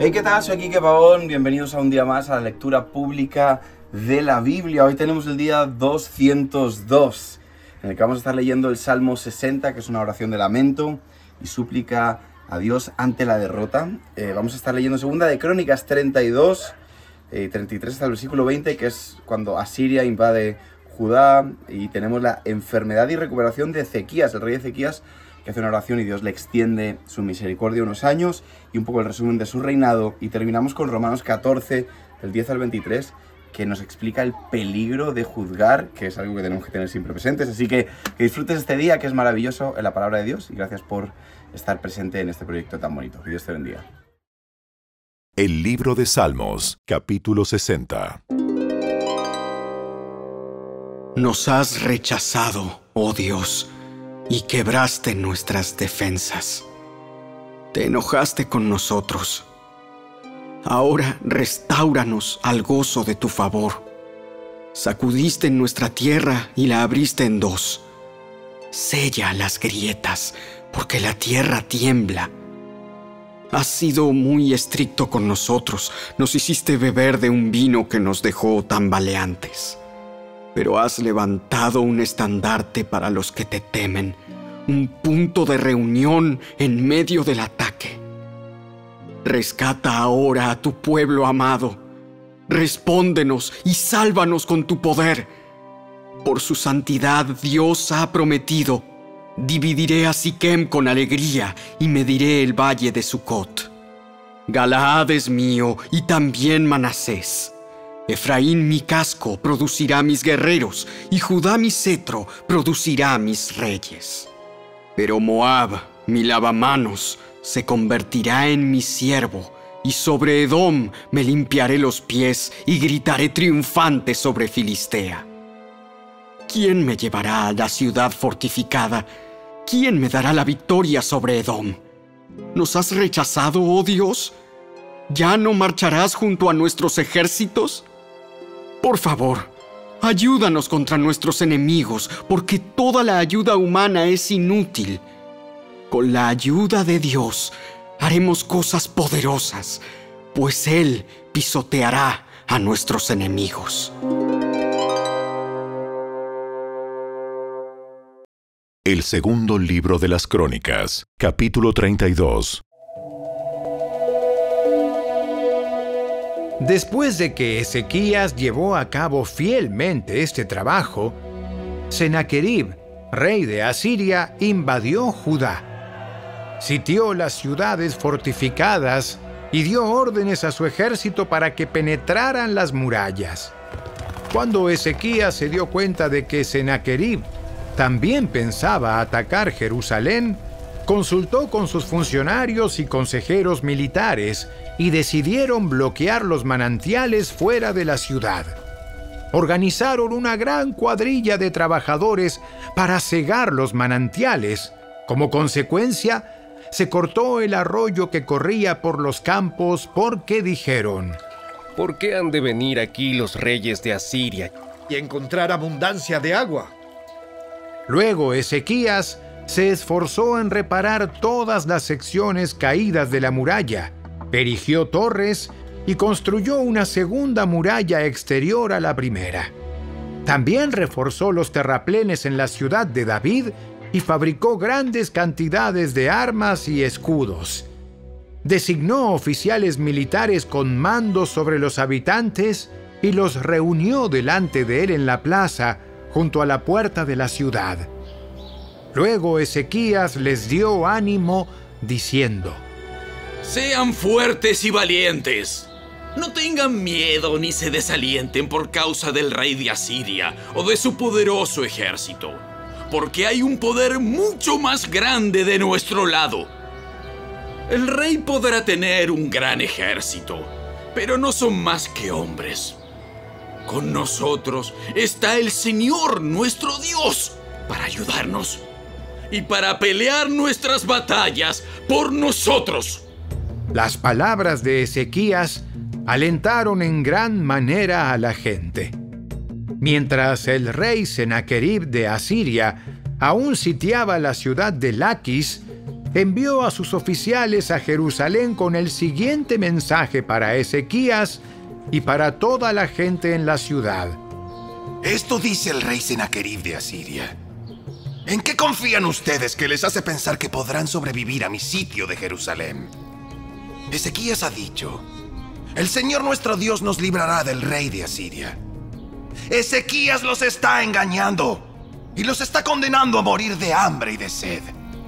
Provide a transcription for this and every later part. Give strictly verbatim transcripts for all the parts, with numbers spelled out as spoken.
Hey, ¿qué tal? Soy Quique Pavón, bienvenidos a un día más a la lectura pública de la Biblia. Hoy tenemos el día doscientos dos, en el que vamos a estar leyendo el Salmo sesenta, que es una oración de lamento y súplica a Dios ante la derrota. Eh, vamos a estar leyendo segunda de Crónicas treinta y dos, eh, treinta y tres hasta el versículo veinte, que es cuando Asiria invade Judá, y tenemos la enfermedad y recuperación de Ezequías, el rey Ezequías, que hace una oración y Dios le extiende su misericordia unos años, y un poco el resumen de su reinado. Y terminamos con Romanos catorce, del diez al veintitrés, que nos explica el peligro de juzgar, que es algo que tenemos que tener siempre presentes. Así que que disfrutes este día, que es maravilloso en la palabra de Dios, y gracias por estar presente en este proyecto tan bonito. Que Dios te bendiga. El libro de Salmos, capítulo sesenta. Nos has rechazado, oh Dios, y quebraste nuestras defensas. Te enojaste con nosotros. Ahora restáuranos al gozo de tu favor. Sacudiste nuestra tierra y la abriste en dos. Sella las grietas, porque la tierra tiembla. Has sido muy estricto con nosotros. Nos hiciste beber de un vino que nos dejó tambaleantes. Pero has levantado un estandarte para los que te temen, un punto de reunión en medio del ataque. Rescata ahora a tu pueblo amado. Respóndenos y sálvanos con tu poder. Por su santidad Dios ha prometido: dividiré a Siquem con alegría y mediré el valle de Sucot. Galaad es mío y también Manasés. Efraín mi casco producirá mis guerreros, y Judá mi cetro producirá mis reyes. Pero Moab, mi lavamanos, se convertirá en mi siervo, y sobre Edom me limpiaré los pies y gritaré triunfante sobre Filistea. ¿Quién me llevará a la ciudad fortificada? ¿Quién me dará la victoria sobre Edom? ¿Nos has rechazado, oh Dios? ¿Ya no marcharás junto a nuestros ejércitos? Por favor, ayúdanos contra nuestros enemigos, porque toda la ayuda humana es inútil. Con la ayuda de Dios haremos cosas poderosas, pues Él pisoteará a nuestros enemigos. El segundo libro de las Crónicas, capítulo treinta y dos. Después de que Ezequías llevó a cabo fielmente este trabajo, Sennacherib, rey de Asiria, invadió Judá. Sitió las ciudades fortificadas y dio órdenes a su ejército para que penetraran las murallas. Cuando Ezequías se dio cuenta de que Sennacherib también pensaba atacar Jerusalén, consultó con sus funcionarios y consejeros militares y decidieron bloquear los manantiales fuera de la ciudad. Organizaron una gran cuadrilla de trabajadores para cegar los manantiales. Como consecuencia, se cortó el arroyo que corría por los campos, porque dijeron: ¿por qué han de venir aquí los reyes de Asiria y encontrar abundancia de agua? Luego Ezequías se esforzó en reparar todas las secciones caídas de la muralla, erigió torres y construyó una segunda muralla exterior a la primera. También reforzó los terraplenes en la ciudad de David y fabricó grandes cantidades de armas y escudos. Designó oficiales militares con mando sobre los habitantes y los reunió delante de él en la plaza, junto a la puerta de la ciudad. Luego Ezequías les dio ánimo, diciendo: sean fuertes y valientes. No tengan miedo ni se desalienten por causa del rey de Asiria o de su poderoso ejército, porque hay un poder mucho más grande de nuestro lado. El rey podrá tener un gran ejército, pero no son más que hombres. Con nosotros está el Señor, nuestro Dios, para ayudarnos y para pelear nuestras batallas por nosotros. Las palabras de Ezequías alentaron en gran manera a la gente. Mientras el rey Sennacherib de Asiria aún sitiaba la ciudad de Laquis, envió a sus oficiales a Jerusalén con el siguiente mensaje para Ezequías y para toda la gente en la ciudad. Esto dice el rey Sennacherib de Asiria. ¿En qué confían ustedes que les hace pensar que podrán sobrevivir a mi sitio de Jerusalén? Ezequías ha dicho: el Señor nuestro Dios nos librará del rey de Asiria. Ezequías los está engañando y los está condenando a morir de hambre y de sed.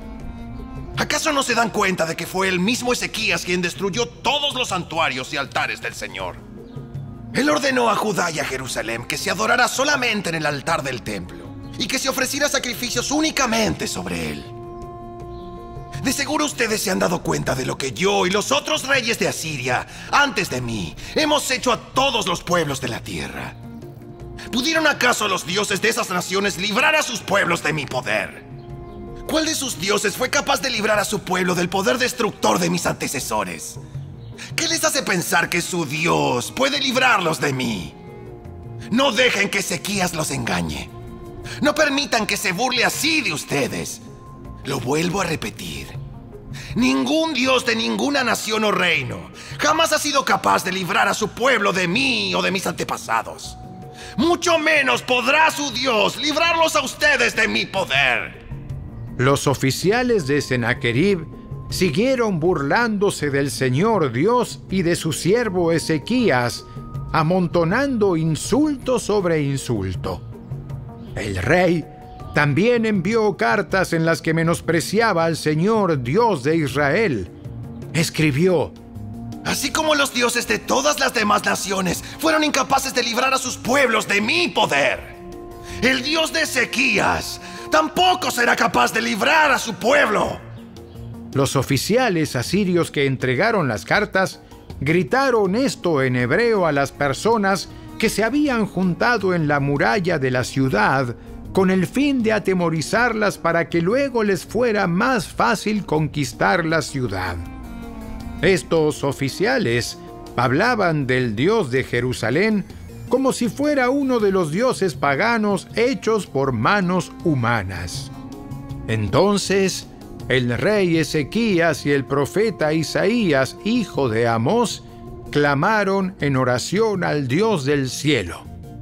¿Acaso no se dan cuenta de que fue el mismo Ezequías quien destruyó todos los santuarios y altares del Señor? Él ordenó a Judá y a Jerusalén que se adorara solamente en el altar del templo y que se ofreciera sacrificios únicamente sobre él. De seguro ustedes se han dado cuenta de lo que yo y los otros reyes de Asiria, antes de mí, hemos hecho a todos los pueblos de la tierra. ¿Pudieron acaso los dioses de esas naciones librar a sus pueblos de mi poder? ¿Cuál de sus dioses fue capaz de librar a su pueblo del poder destructor de mis antecesores? ¿Qué les hace pensar que su Dios puede librarlos de mí? No dejen que Ezequías los engañe. No permitan que se burle así de ustedes. Lo vuelvo a repetir. Ningún dios de ninguna nación o reino jamás ha sido capaz de librar a su pueblo de mí o de mis antepasados. Mucho menos podrá su Dios librarlos a ustedes de mi poder. Los oficiales de Sennacherib siguieron burlándose del Señor Dios y de su siervo Ezequías, amontonando insulto sobre insulto. El rey también envió cartas en las que menospreciaba al Señor Dios de Israel. Escribió: así como los dioses de todas las demás naciones fueron incapaces de librar a sus pueblos de mi poder, el Dios de Ezequías tampoco será capaz de librar a su pueblo. Los oficiales asirios que entregaron las cartas gritaron esto en hebreo a las personas que se habían juntado en la muralla de la ciudad con el fin de atemorizarlas para que luego les fuera más fácil conquistar la ciudad. Estos oficiales hablaban del Dios de Jerusalén como si fuera uno de los dioses paganos hechos por manos humanas. Entonces, el rey Ezequías y el profeta Isaías, hijo de Amós, clamaron en oración al Dios del cielo.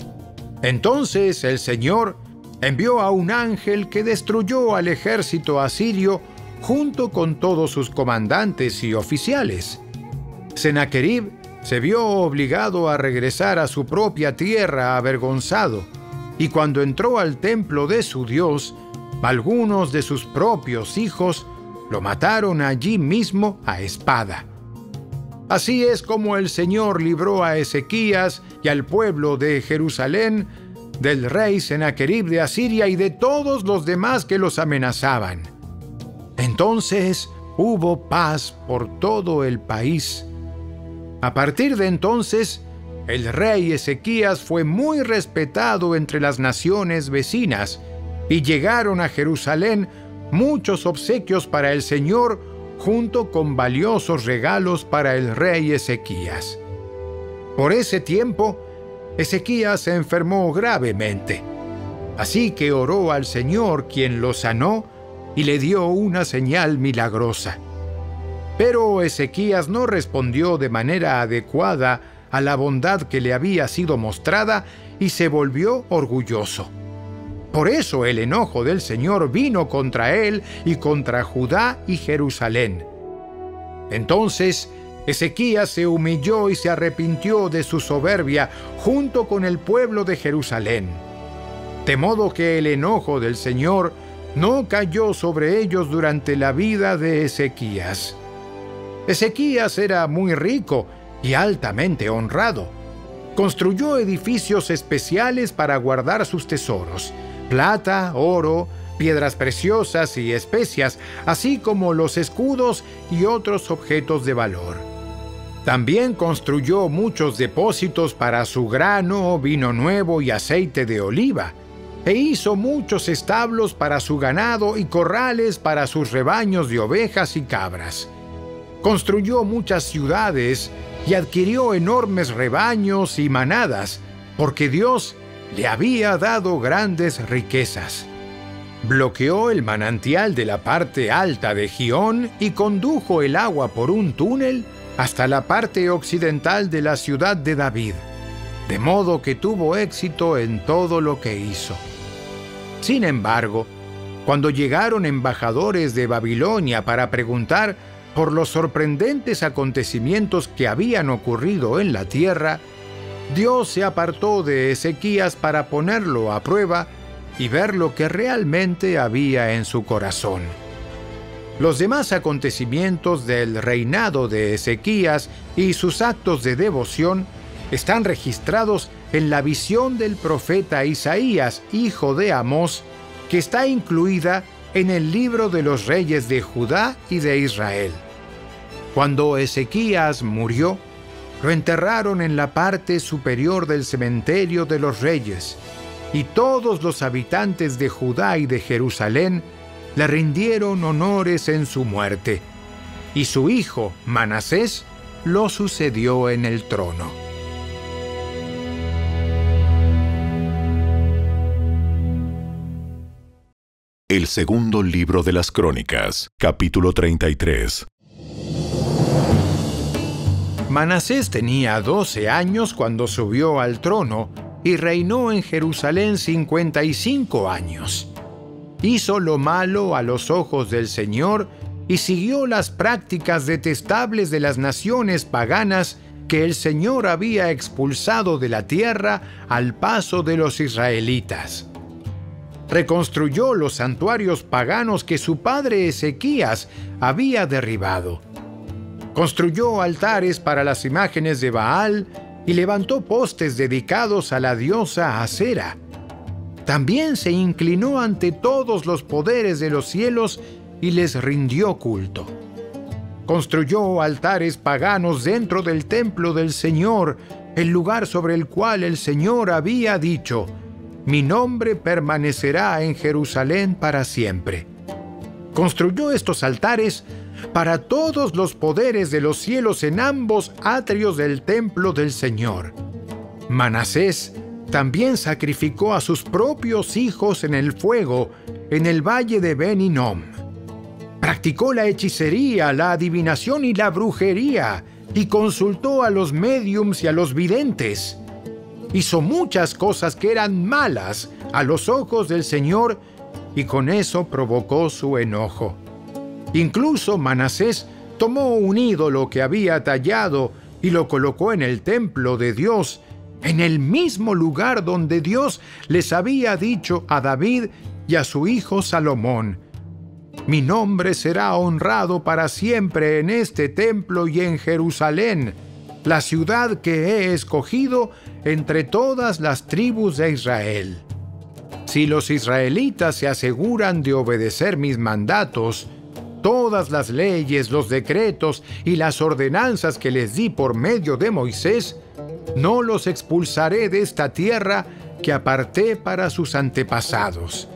Entonces el Señor envió a un ángel que destruyó al ejército asirio junto con todos sus comandantes y oficiales. Sennacherib se vio obligado a regresar a su propia tierra avergonzado, y cuando entró al templo de su Dios, algunos de sus propios hijos lo mataron allí mismo a espada. Así es como el Señor libró a Ezequías y al pueblo de Jerusalén del rey Sennacherib de Asiria y de todos los demás que los amenazaban. Entonces hubo paz por todo el país. A partir de entonces, el rey Ezequías fue muy respetado entre las naciones vecinas, y llegaron a Jerusalén muchos obsequios para el Señor, junto con valiosos regalos para el rey Ezequías. Por ese tiempo, Ezequías se enfermó gravemente. Así que oró al Señor, quien lo sanó y le dio una señal milagrosa. Pero Ezequías no respondió de manera adecuada a la bondad que le había sido mostrada y se volvió orgulloso. Por eso el enojo del Señor vino contra él y contra Judá y Jerusalén. Entonces Ezequías se humilló y se arrepintió de su soberbia junto con el pueblo de Jerusalén, de modo que el enojo del Señor no cayó sobre ellos durante la vida de Ezequías. Ezequías era muy rico y altamente honrado. Construyó edificios especiales para guardar sus tesoros: plata, oro, piedras preciosas y especias, así como los escudos y otros objetos de valor. También construyó muchos depósitos para su grano, vino nuevo y aceite de oliva, e hizo muchos establos para su ganado y corrales para sus rebaños de ovejas y cabras. Construyó muchas ciudades y adquirió enormes rebaños y manadas, porque Dios le había dado grandes riquezas. bloqueó el manantial de la parte alta de Gihón y condujo el agua por un túnel hasta la parte occidental de la ciudad de David, de modo que tuvo éxito en todo lo que hizo. Sin embargo, cuando llegaron embajadores de Babilonia para preguntar por los sorprendentes acontecimientos que habían ocurrido en la tierra, Dios se apartó de Ezequías para ponerlo a prueba y ver lo que realmente había en su corazón. Los demás acontecimientos del reinado de Ezequías y sus actos de devoción están registrados en la visión del profeta Isaías, hijo de Amós, que está incluida en el libro de los reyes de Judá y de Israel. Cuando Ezequías murió, lo enterraron en la parte superior del cementerio de los reyes, y todos los habitantes de Judá y de Jerusalén le rindieron honores en su muerte, y su hijo Manasés lo sucedió en el trono. El segundo libro de las Crónicas, capítulo treinta y tres. Manasés tenía doce años cuando subió al trono y reinó en Jerusalén cincuenta y cinco años. Hizo lo malo a los ojos del Señor y siguió las prácticas detestables de las naciones paganas que el Señor había expulsado de la tierra al paso de los israelitas. Reconstruyó los santuarios paganos que su padre Ezequías había derribado. Construyó altares para las imágenes de Baal y levantó postes dedicados a la diosa Asera. También se inclinó ante todos los poderes de los cielos y les rindió culto. Construyó altares paganos dentro del templo del Señor, el lugar sobre el cual el Señor había dicho: «Mi nombre permanecerá en Jerusalén para siempre». Construyó estos altares para todos los poderes de los cielos en ambos atrios del templo del Señor. Manasés también sacrificó a sus propios hijos en el fuego en el valle de Ben Hinnom. Practicó la hechicería, la adivinación y la brujería, y consultó a los médiums y a los videntes. Hizo muchas cosas que eran malas a los ojos del Señor, y con eso provocó su enojo. Incluso Manasés tomó un ídolo que había tallado y lo colocó en el templo de Dios, en el mismo lugar donde Dios les había dicho a David y a su hijo Salomón: «Mi nombre será honrado para siempre en este templo y en Jerusalén, la ciudad que he escogido entre todas las tribus de Israel». Si los israelitas se aseguran de obedecer mis mandatos, todas las leyes, los decretos y las ordenanzas que les di por medio de Moisés, no los expulsaré de esta tierra que aparté para sus antepasados.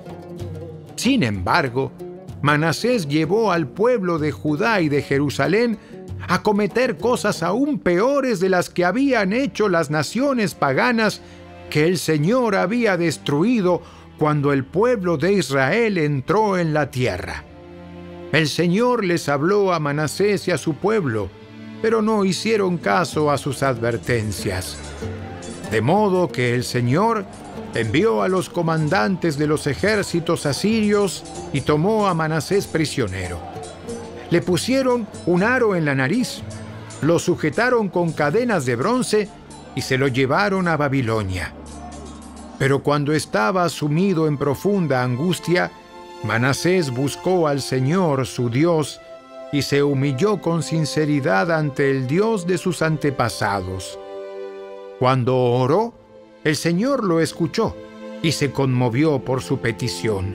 Sin embargo, Manasés llevó al pueblo de Judá y de Jerusalén a cometer cosas aún peores de las que habían hecho las naciones paganas que el Señor había destruido cuando el pueblo de Israel entró en la tierra. El Señor les habló a Manasés y a su pueblo, pero no hicieron caso a sus advertencias. De modo que el Señor envió a los comandantes de los ejércitos asirios y tomó a Manasés prisionero. Le pusieron un aro en la nariz, lo sujetaron con cadenas de bronce y se lo llevaron a Babilonia. Pero cuando estaba sumido en profunda angustia, Manasés buscó al Señor, su Dios, y se humilló con sinceridad ante el Dios de sus antepasados. Cuando oró, el Señor lo escuchó y se conmovió por su petición.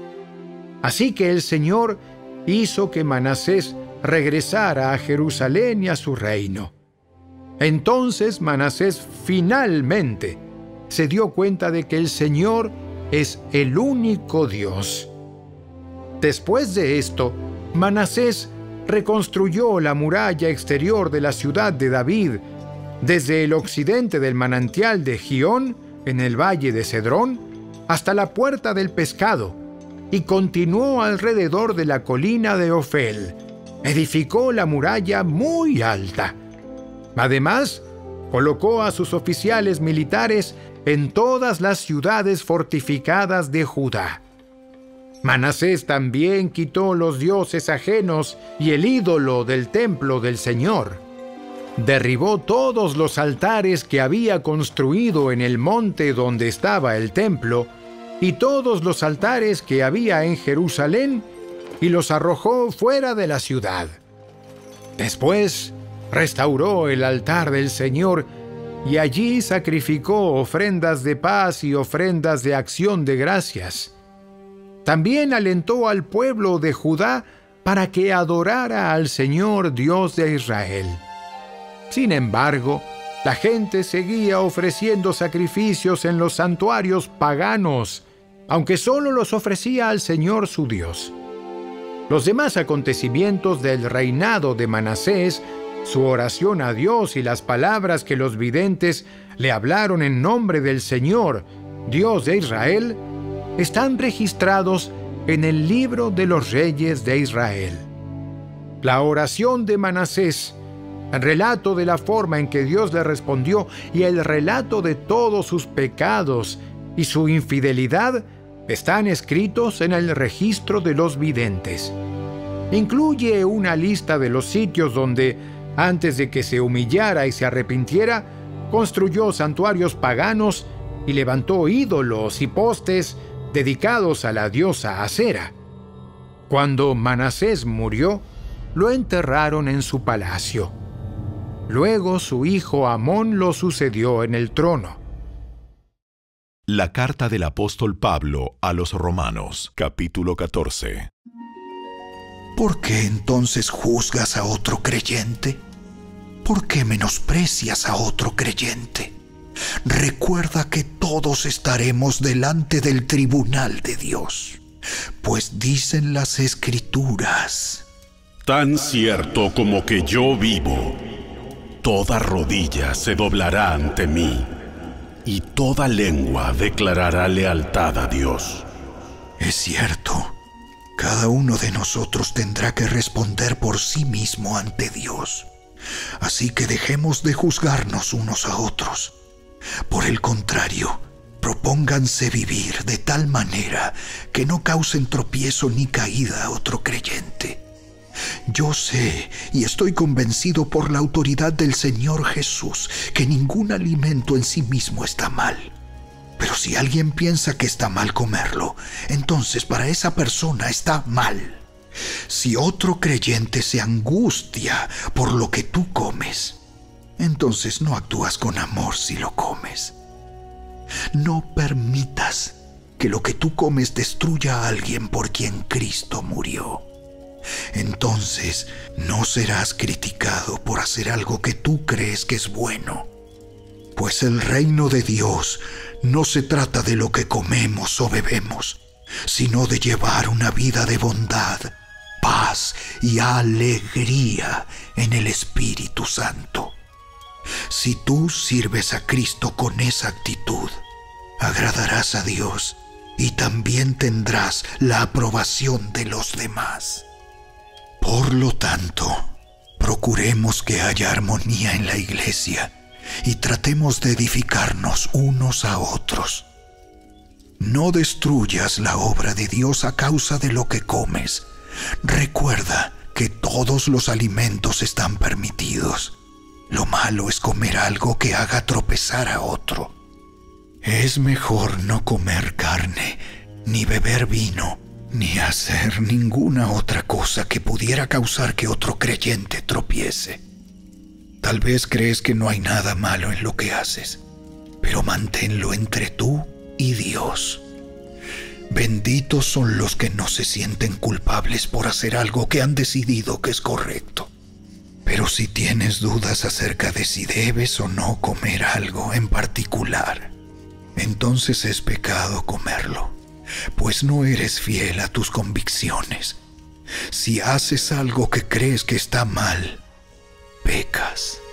Así que el Señor hizo que Manasés regresara a Jerusalén y a su reino. Entonces Manasés finalmente se dio cuenta de que el Señor es el único Dios. Después de esto, Manasés reconstruyó la muralla exterior de la ciudad de David, desde el occidente del manantial de Gihón, en el valle de Cedrón, hasta la puerta del pescado, y continuó alrededor de la colina de Ofel. Edificó la muralla muy alta. Además, colocó a sus oficiales militares en todas las ciudades fortificadas de Judá. Manasés también quitó los dioses ajenos y el ídolo del templo del Señor. Derribó todos los altares que había construido en el monte donde estaba el templo y todos los altares que había en Jerusalén y los arrojó fuera de la ciudad. Después restauró el altar del Señor y allí sacrificó ofrendas de paz y ofrendas de acción de gracias. También alentó al pueblo de Judá para que adorara al Señor Dios de Israel. Sin embargo, la gente seguía ofreciendo sacrificios en los santuarios paganos, aunque solo los ofrecía al Señor su Dios. Los demás acontecimientos del reinado de Manasés, su oración a Dios y las palabras que los videntes le hablaron en nombre del Señor, Dios de Israel, están registrados en el libro de los reyes de Israel. La oración de Manasés, el relato de la forma en que Dios le respondió y el relato de todos sus pecados y su infidelidad están escritos en el registro de los videntes. Incluye una lista de los sitios donde, antes de que se humillara y se arrepintiera, construyó santuarios paganos y levantó ídolos y postes dedicados a la diosa Acera. Cuando Manasés murió, lo enterraron en su palacio. Luego su hijo Amón lo sucedió en el trono. La carta del apóstol Pablo a los Romanos, capítulo catorce. ¿Por qué entonces juzgas a otro creyente? ¿Por qué menosprecias a otro creyente? Recuerda que todos estaremos delante del tribunal de Dios, pues dicen las Escrituras: tan cierto como que yo vivo, toda rodilla se doblará ante mí, y toda lengua declarará lealtad a Dios. Es cierto, cada uno de nosotros tendrá que responder por sí mismo ante Dios. Así que dejemos de juzgarnos unos a otros. Por el contrario, propónganse vivir de tal manera que no causen tropiezo ni caída a otro creyente. Yo sé y estoy convencido por la autoridad del Señor Jesús que ningún alimento en sí mismo está mal. Pero si alguien piensa que está mal comerlo, entonces para esa persona está mal. Si otro creyente se angustia por lo que tú comes, entonces no actúas con amor si lo comes. No permitas que lo que tú comes destruya a alguien por quien Cristo murió. Entonces no serás criticado por hacer algo que tú crees que es bueno. Pues el reino de Dios no se trata de lo que comemos o bebemos, sino de llevar una vida de bondad, paz y alegría en el Espíritu Santo. Si tú sirves a Cristo con esa actitud, agradarás a Dios y también tendrás la aprobación de los demás. Por lo tanto, procuremos que haya armonía en la iglesia y tratemos de edificarnos unos a otros. No destruyas la obra de Dios a causa de lo que comes. Recuerda que todos los alimentos están permitidos. Lo malo es comer algo que haga tropezar a otro. Es mejor no comer carne, ni beber vino, ni hacer ninguna otra cosa que pudiera causar que otro creyente tropiece. Tal vez crees que no hay nada malo en lo que haces, pero manténlo entre tú y Dios. Benditos son los que no se sienten culpables por hacer algo que han decidido que es correcto. Pero si tienes dudas acerca de si debes o no comer algo en particular, entonces es pecado comerlo, pues no eres fiel a tus convicciones. Si haces algo que crees que está mal, pecas.